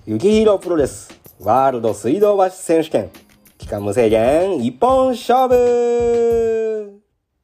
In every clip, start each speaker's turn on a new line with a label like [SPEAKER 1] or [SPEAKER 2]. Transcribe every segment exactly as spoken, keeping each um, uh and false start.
[SPEAKER 1] ゆきひろプロレスワールド水道橋選手権期間無制限一本勝負。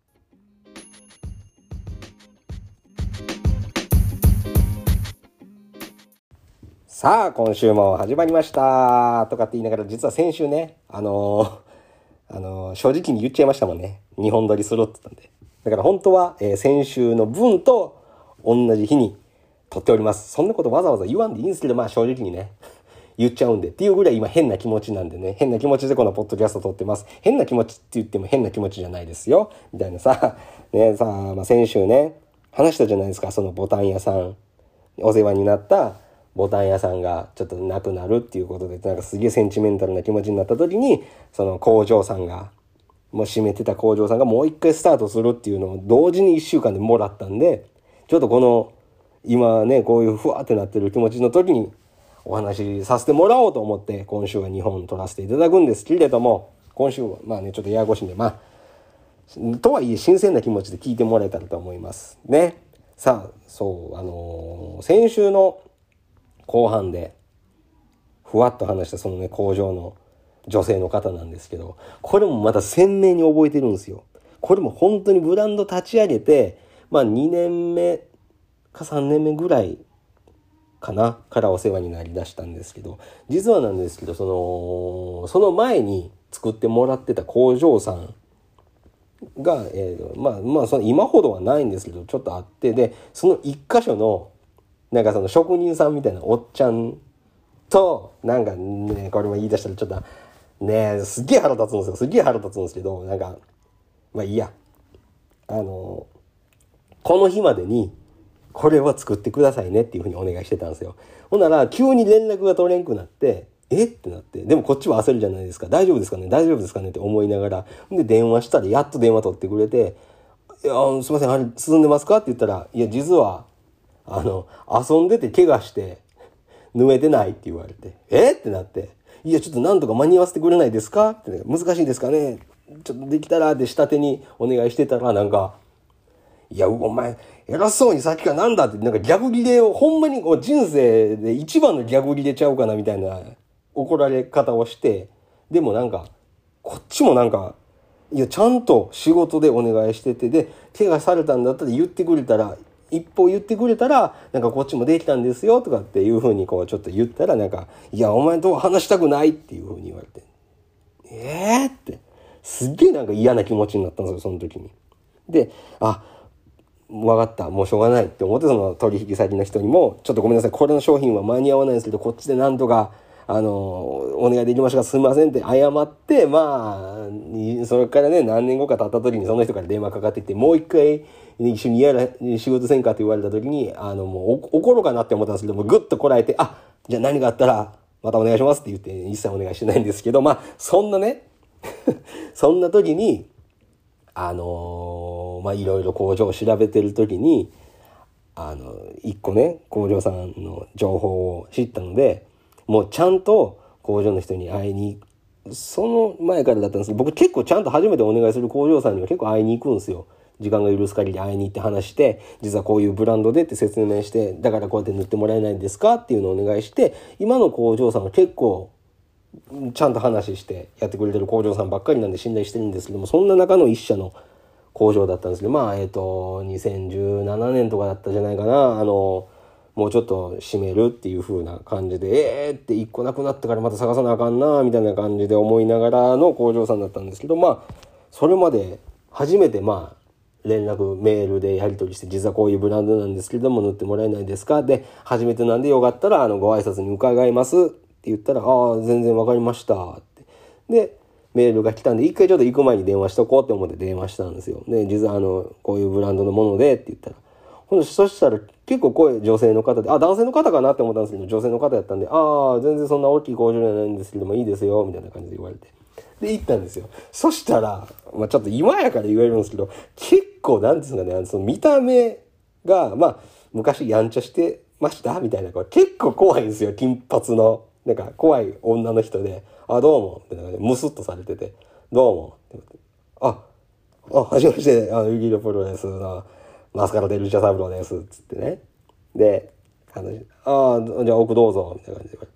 [SPEAKER 1] さあ今週も始まりましたとかって言いながら、実は先週ねあのー、あのー、正直に言っちゃいましたもんね。にほん撮りするって言ったんで、だから本当は、えー、先週の分と同じ日に撮っております。そんなことわざわざ言わんでいいんですけど、まあ正直にね言っちゃうんでっていうぐらい今変な気持ちなんでね、変な気持ちでこのポッドキャスト撮ってます。変な気持ちって言っても変な気持ちじゃないですよみたいなさねさあ、まあ、先週ね話したじゃないですか。そのボタン屋さん、お世話になったボタン屋さんがちょっとなくなるっていうことで、なんかすげえセンチメンタルな気持ちになった時に、その工場さんがもう閉めてた工場さんがもう一回スタートするっていうのを同時にいっしゅうかんでもらったんで、ちょっとこの今ねこういうふわってなってる気持ちの時にお話しさせてもらおうと思って今週はにほん撮らせていただくんですけれども、今週はまあねちょっとややこしいんで、まあとはいえ新鮮な気持ちで聞いてもらえたらと思いますね。さあそうあのー、先週の後半でふわっと話したそのね工場の女性の方なんですけど、これもまた鮮明に覚えてるんですよ。これも本当にブランド立ち上げてまあにねんめかさんねんめぐらいかなからお世話になりだしたんですけど、実はなんですけどそのその前に作ってもらってた工場さんが、えー、まあまあその今ほどはないんですけどちょっとあって、でその一箇所のなんかその職人さんみたいなおっちゃんとなんかねこれも言い出したらちょっとねすっげえ腹立つんですよ。すっげえ腹立つんですけど、なんかまあいいや、あのこの日までにこれは作ってくださいねっていうふうにお願いしてたんですよ。ほんなら急に連絡が取れんくなって、えってなって、でもこっちは焦るじゃないですか。大丈夫ですかね大丈夫ですかねって思いながら、で電話したらやっと電話取ってくれて、いやすいませんあれ進んでますかって言ったら、いや実はあの遊んでて怪我して縫えてないって言われて、えってなって、いやちょっとなんとか間に合わせてくれないですかって、ね、難しいですかねちょっとできたらって下手にお願いしてたら、なんかいやお前偉そうにさっきからなんだって、なんかギャグ切れをほんまにこう人生で一番のギャグ切れちゃうかなみたいな怒られ方をして、でもなんかこっちもなんかいやちゃんと仕事でお願いしてて、で怪我されたんだったら言ってくれたら、一歩言ってくれたらなんかこっちもできたんですよとかっていう風にこうちょっと言ったら、なんかいやお前と話したくないっていう風に言われて、えーってすっげえなんか嫌な気持ちになったんですよその時に。であ分かったもうしょうがないって思って、その取引先の人にもちょっとごめんなさいこれの商品は間に合わないんですけどこっちでなんとかあのお願いできましたがすみませんって謝って、まあそれからね何年後か経った時にその人から電話かかってきて、もう一回一緒にやら仕事せんかって言われた時に、あのもう怒ろうかなって思ったんですけども、ぐっとこらえて、あじゃあ何があったらまたお願いしますって言って一切お願いしてないんですけど、まあそんなねそんな時にあのー、まあいろいろ工場を調べてる時にあの一個ね工場さんの情報を知ったので、もうちゃんと工場の人に会いに、その前からだったんですけど、僕結構ちゃんと初めてお願いする工場さんには結構会いに行くんですよ。時間が許す限り会いに行って話して、実はこういうブランドでって説明して、だからこうやって塗ってもらえないんですかっていうのをお願いして、今の工場さんは結構ちゃんと話してやってくれてる工場さんばっかりなんで信頼してるんですけども、そんな中の一社の工場だったんですけど、まあえっとにせんじゅうななねんとかだったじゃないかな、あのもうちょっと閉めるっていう風な感じで、えーって一個なくなったからまた探さなあかんなみたいな感じで思いながらの工場さんだったんですけど、まあそれまで初めてまあ連絡メールでやり取りして、実はこういうブランドなんですけれども塗ってもらえないですかで、初めてなんでよかったらあのご挨拶に伺いますって言ったら、ああ全然わかりましたってでメールが来たんで、一回ちょっと行く前に電話しとこうって思って電話したんですよ。で実はあのこういうブランドのものでって言ったら、そしたら結構声女性の方で、あ男性の方かなって思ったんですけど女性の方やったんで、ああ全然そんな大きい工場じゃないんですけどもいいですよみたいな感じで言われて、で行ったんですよ。そしたら、まあ、ちょっと今やから言えるんですけど、結構なんですかね、その見た目がまあ昔やんちゃしてましたみたいな、結構怖いんですよ。金髪のなんか怖い女の人で、あどうもってなんかムスッとされてて、どうもって言って、ああはじめまして、あユキロプロレスのマスカラデルチャサブローですっつってね、であのあじゃあ奥どうぞみたいな感じで言われて、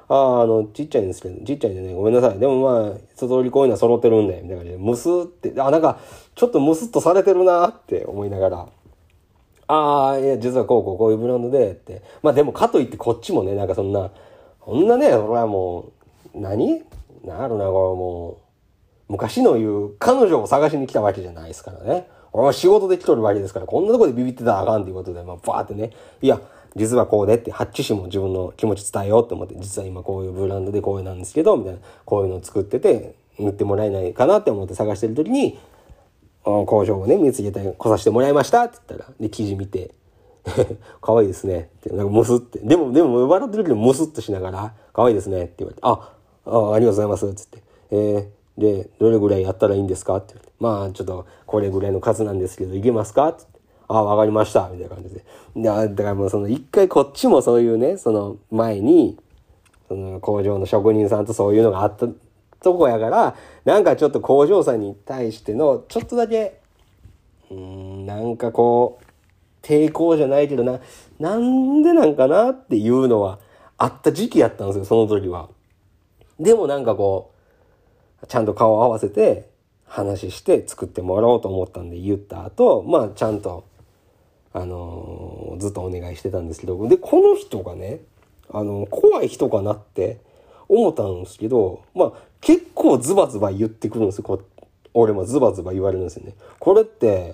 [SPEAKER 1] ああ、あの、ちっちゃいんですけど、ちっちゃいんでね、ごめんなさい。でもまあ、一通りこういうのは揃ってるんで、みたいな感じで、ムスって、あ、なんか、ちょっとムスっとされてるなって思いながら、ああ、いや、実はこうこうこういうブランドで、って。まあでも、かといってこっちもね、なんかそんな、こんなね、俺はもう、何なるな、これもう、昔の言う、彼女を探しに来たわけじゃないですからね。俺は仕事で来とるわけですから、こんなとこでビビってたらあかんということで、まあ、バーってね、いや、実はこうでって、ハッチ氏も自分の気持ち伝えようと思って、実は今こういうブランドでこういうなんですけど、みたいな、こういうのを作ってて、塗ってもらえないかなって思って探してる時に、工場をね、見つけて来させてもらいましたって言ったら、で、記事見て、可愛いですねって、なんかムスって、でも、でも、笑ってるけどムスっとしながら、可愛いですねって言われて、あ、あ、ありがとうございますって言って、えー、で、どれぐらいやったらいいんですかって言われて、まあ、ちょっと、これぐらいの数なんですけど、いけますかって言って、あ、わかりました、みたいな感じで。だからもうその、一回こっちもそういうね、その前に、その工場の職人さんとそういうのがあったとこやから、なんかちょっと工場さんに対しての、ちょっとだけ、うーん、なんかこう、抵抗じゃないけどな、なんでなんかなっていうのはあった時期やったんですよ、その時は。でもなんかこう、ちゃんと顔を合わせて話して作ってもらおうと思ったんで言った後、まあちゃんと、あのー、ずっとお願いしてたんですけど、で、この人がね、あの、怖い人かなって思ったんですけど、まあ結構ズバズバ言ってくるんですよ、こ俺もズバズバ言われるんですよね。これって、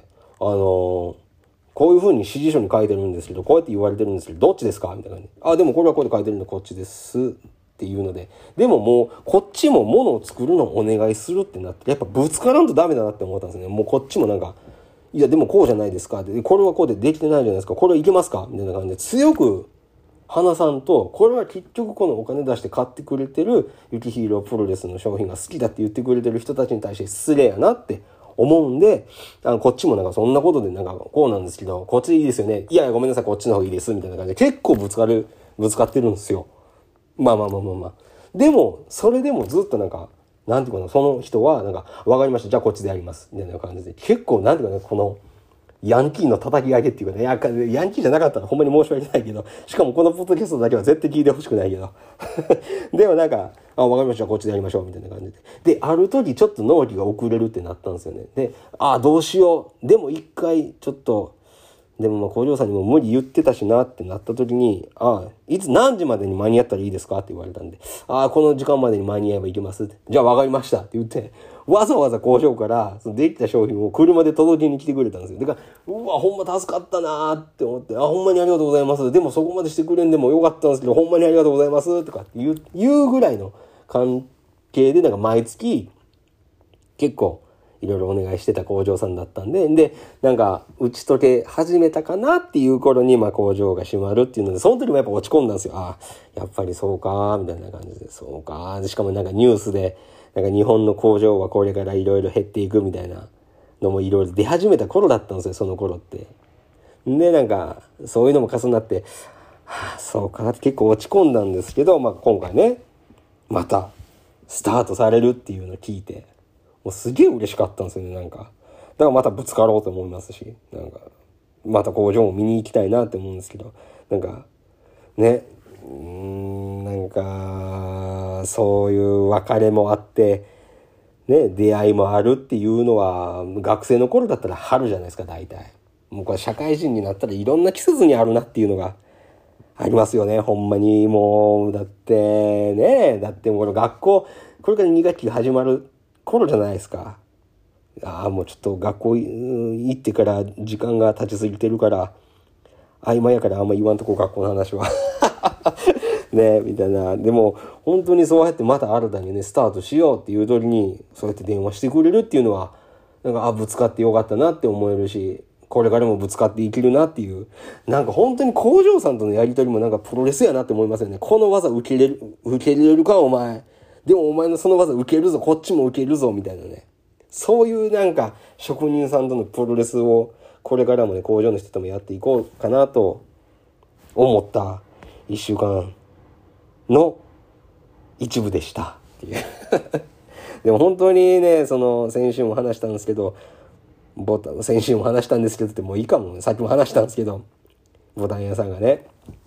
[SPEAKER 1] あのー、こういう風に指示書に書いてるんですけど、こうやって言われてるんですけど、どっちですかみたいな感じ。あ、でもこれはこうやって書いてるんでこっちですっていうので。でももう、こっちも物を作るのをお願いするってなって、やっぱぶつからんとダメだなって思ったんですね。もうこっちもなんか、いやでもこうじゃないですかって、これはこうでできてないじゃないですか。これはいけますかみたいな感じで強く話さんと、これは結局このお金出して買ってくれてるユキヒーロープロレスの商品が好きだって言ってくれてる人たちに対して失礼やなって思うんで、あのこっちもなんかそんなことでなんかこうなんですけど、こっちでいいですよね。いやいやごめんなさい、こっちの方がいいですみたいな感じで結構ぶつかる、ぶつかってるんですよ。まあまあまあまあまあ。でも、それでもずっとなんか、なんていうかな、その人はなんか、わかりました、じゃあこっちでやります。みたいな感じで、結構なんていうかね、この、ヤンキーの叩き上げっていうかね、やヤンキーじゃなかったらほんまに申し訳ないけど、しかもこのポッドキャストだけは絶対聞いてほしくないけど。でもなんか、あ、わかりました、こっちでやりましょう、みたいな感じで。で、ある時ちょっと納期が遅れるってなったんですよね。で、あ、どうしよう。でも一回ちょっと、でもまあ工場さんにも無理言ってたしなってなった時に、ああ、いつ何時までに間に合ったらいいですかって言われたんで、ああ、この時間までに間に合えばいけますって。じゃあわかりましたって言って、わざわざ工場からそのできた商品を車で届けに来てくれたんですよ。だから、うわ、ほんま助かったなーって思って、あ、ほんまにありがとうございます。でもそこまでしてくれんでもよかったんですけど、ほんまにありがとうございますとかって言う、言うぐらいの関係で、なんか毎月、結構、いろいろお願いしてた工場さんだったんで、で、なんか、打ち解け始めたかなっていう頃に、まあ工場が閉まるっていうので、その時もやっぱ落ち込んだんですよ。ああ、やっぱりそうか、みたいな感じで、そうか。しかもなんかニュースで、なんか日本の工場はこれからいろいろ減っていくみたいなのもいろいろ出始めた頃だったんですよ、その頃って。で、なんか、そういうのも重なって、はあ、そうかって結構落ち込んだんですけど、まあ今回ね、また、スタートされるっていうのを聞いて、もうすげえ嬉しかったんですよね、なんか。だからまたぶつかろうと思いますし、なんか、また工場も見に行きたいなって思うんですけど、なんか、ね、うーん、なんか、そういう別れもあって、ね、出会いもあるっていうのは、学生の頃だったら春じゃないですか、大体。もうこれ社会人になったらいろんな季節にあるなっていうのがありますよね、ほんまに。もう、だってね、だってもう学校、これからに学期が始まる頃じゃないですか。ああ、もうちょっと学校行ってから時間が経ちすぎてるから、曖昧やからあんま言わんとこ、学校の話は。ね、みたいな。でも、本当にそうやってまた新たにね、スタートしようっていう時に、そうやって電話してくれるっていうのは、なんか、あ、ぶつかってよかったなって思えるし、これからもぶつかっていけるなっていう、なんか本当に工場さんとのやりとりもなんかプロレスやなって思いますよね。この技受けれる、受けれるかお前。でもお前のその技受けるぞ、こっちも受けるぞ、みたいなね。そういうなんか職人さんとのプロレスをこれからもね、工場の人ともやっていこうかなと思った一週間の一部でしたっていう。でも本当にね、その先週も話したんですけど、ボタン、先週も話したんですけどってもういいかも、さっきも話したんですけど、ボタン屋さんがね、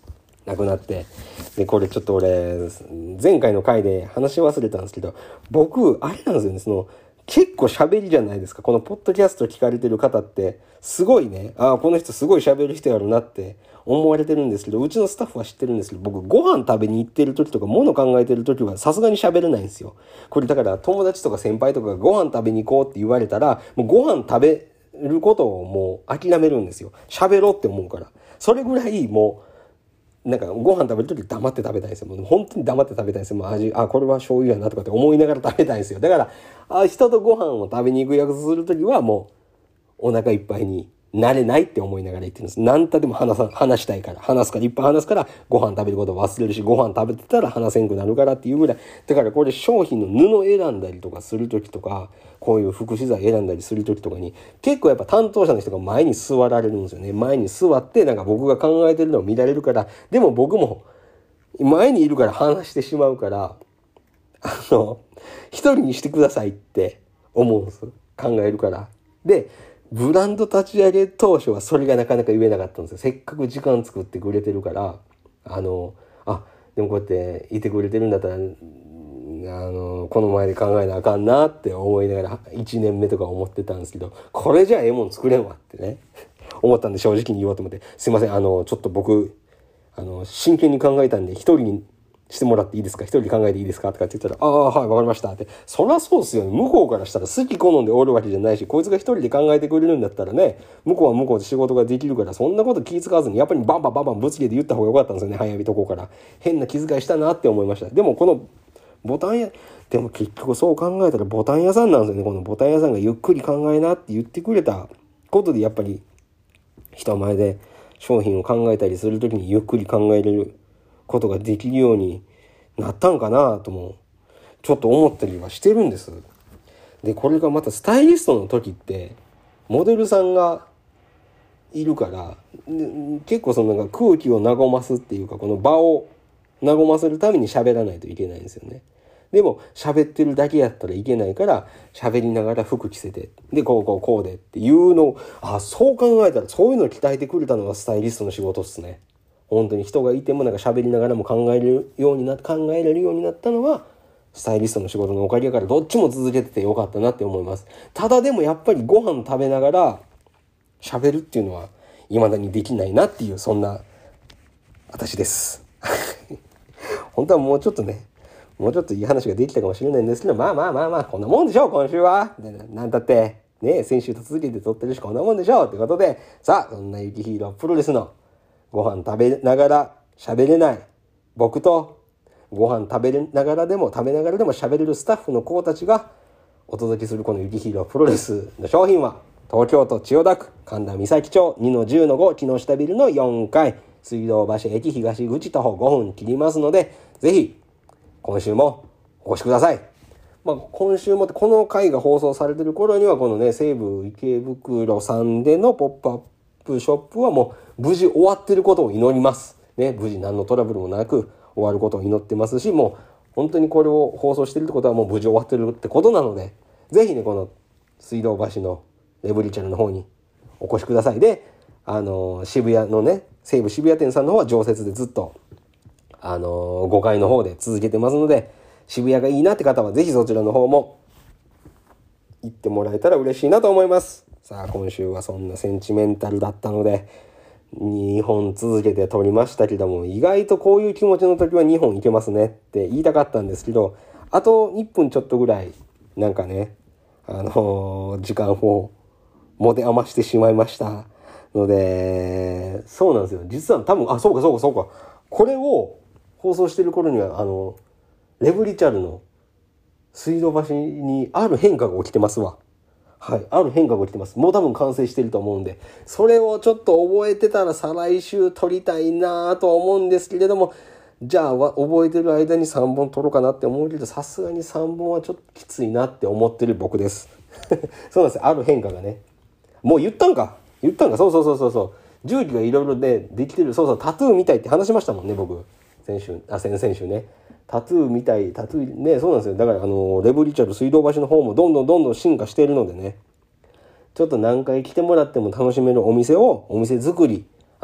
[SPEAKER 1] 亡くなって。で、これちょっと俺、前回の回で話し忘れたんですけど、僕、あれなんですよね、その、結構喋りじゃないですか。このポッドキャスト聞かれてる方って、すごいね、ああ、この人すごい喋る人やろなって思われてるんですけど、うちのスタッフは知ってるんですけど、僕、ご飯食べに行ってる時とか、物考えてる時はさすがに喋れないんですよ。これだから友達とか先輩とかがご飯食べに行こうって言われたら、もうご飯食べることをもう諦めるんですよ。喋ろうって思うから。それぐらいもう、なんかご飯食べるとき黙って食べたいんですよ。もう本当に黙って食べたいんですよ。もう味、あ、これは醤油やなとかって思いながら食べたいんですよ。だから、あ、人とご飯を食べに行く約束するときはもうお腹いっぱいになれないって思いながら言ってるんです。何とでも話さ、話したいから。話すから、いっぱい話すからご飯食べることを忘れるし、ご飯食べてたら話せんくなるからっていうぐらい。だからこれ商品の布選んだりとかするときとか、こういう副資材選んだりするときとかに、結構やっぱ担当者の人が前に座られるんですよね。前に座って、なんか僕が考えてるのを見られるから、でも僕も前にいるから話してしまうから、あの、一人にしてくださいって思うんです。考えるから。で、ブランド立ち上げ当初はそれがなかなか言えなかったんですよ。せっかく時間作ってくれてるから、あの、あ、でもこうやっていてくれてるんだったら、あの、この前で考えなあかんなって思いながらいちねんめとか思ってたんですけど、これじゃええもん作れんわってね、思ったんで正直に言おうと思って、すいません、あの、ちょっと僕、あの、真剣に考えたんで一人にしてもらっていいですか、一人で考えていいですかとかって言ったら、ああ、はい、わかりましたって。そりゃそうっすよね。向こうからしたら好き好んでおるわけじゃないし、こいつが一人で考えてくれるんだったらね、向こうは向こうで仕事ができるから、そんなこと気遣わずに、やっぱりバンバンバンバンぶつけて言った方がよかったんですよね、早いとこから。変な気遣いしたなって思いました。でもこのボタン屋、でも結局そう考えたらボタン屋さんなんですよね。このボタン屋さんがゆっくり考えなって言ってくれたことで、やっぱり人前で商品を考えたりするときにゆっくり考えれることができるようになったんかなともちょっと思ったりはしてるんです。で、これがまたスタイリストの時ってモデルさんがいるから、結構そのなんか空気を和ますっていうか、この場を和ませるために喋らないといけないんですよね。でも喋ってるだけやったらいけないから、喋りながら服着せて、でこうこうこうでっていうのを、あ、そう考えたらそういうのを鍛えてくれたのがスタイリストの仕事っすね。本当に人がいてもなんか喋りながらも考えるようにな考えれるようになったのはスタイリストの仕事のおかげだから、どっちも続けててよかったなって思います。ただでもやっぱりご飯食べながら喋るっていうのは未だにできないなっていう、そんな私です本当はもうちょっとね、もうちょっといい話ができたかもしれないんですけど、まあまあまあまあ、こんなもんでしょう、今週は。なんだって、ね、先週と続けて撮ってるし、こんなもんでしょうってことで、さあ、そんなゆきヒーロープロレスのご飯食べながら喋れない僕と、ご飯食べながらでも食べながらでも喋れるスタッフの子たちがお届けするこのゆきヒーロープロレスの商品は、東京都千代田区神田三崎町 にのじゅうのご 木下ビルのよんかい、水道橋駅東口徒歩ごふん切りますので、ぜひ今週もお越しください。まあ、今週もこの回が放送されてる頃にはこのね、西武池袋さんでのポップアップショップはもう無事終わってることを祈ります。ね、無事何のトラブルもなく終わることを祈ってますし、もう本当にこれを放送してるってことはもう無事終わってるってことなので、ぜひね、この水道橋のレブリチャルの方にお越しください。で、あのー、渋谷のね、西武渋谷店さんの方は常設でずっとあのー、ごかいの方で続けてますので、渋谷がいいなって方はぜひそちらの方も行ってもらえたら嬉しいなと思います。さあ、今週はそんなセンチメンタルだったのでにほん続けて撮りましたけども、意外とこういう気持ちの時はにほんいけますねって言いたかったんですけど、あといっぷんちょっとぐらいなんかね、あのー、時間を持て余してしまいましたので、そうなんですよ。実は多分、あ、そうかそうかそうか、これを放送してる頃にはあのレブリチャルの水道橋にある変化が起きてますわ。はい、ある変化が起きてます。もう多分完成してると思うんで、それをちょっと覚えてたら再来週撮りたいなと思うんですけれども、じゃあ覚えてる間にさんぼん撮ろうかなって思うけど、さすがにさんぼんはちょっときついなって思ってる僕ですそうなんですよ、ある変化がね。もう言ったんか言ったんかそうそうそうそうそう、重機がいろいろでできてる。そうそう、タトゥーみたいって話しましたもんね、僕先週、あ先々週ね。タトゥーみたい、タトゥーね、そうなんですよ。だからあのレブリチャル水道橋の方もどんどんどんどん進化しているのでね、ちょっと何回来てもらっても楽しめるお店を、お店作り、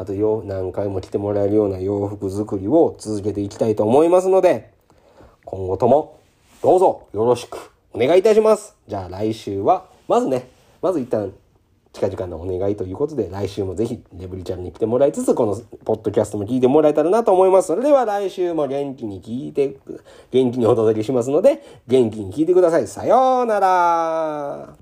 [SPEAKER 1] あとよ何回も来てもらえるような洋服作りを続けていきたいと思いますので、今後ともどうぞよろしくお願いいたします。じゃあ来週はまずねまず一旦近々のお願いということで、来週もぜひレブリチャンに来てもらいつつ、このポッドキャストも聞いてもらえたらなと思います。それでは来週も元気に聞いて元気にお届けしますので、元気に聞いてください。さようなら。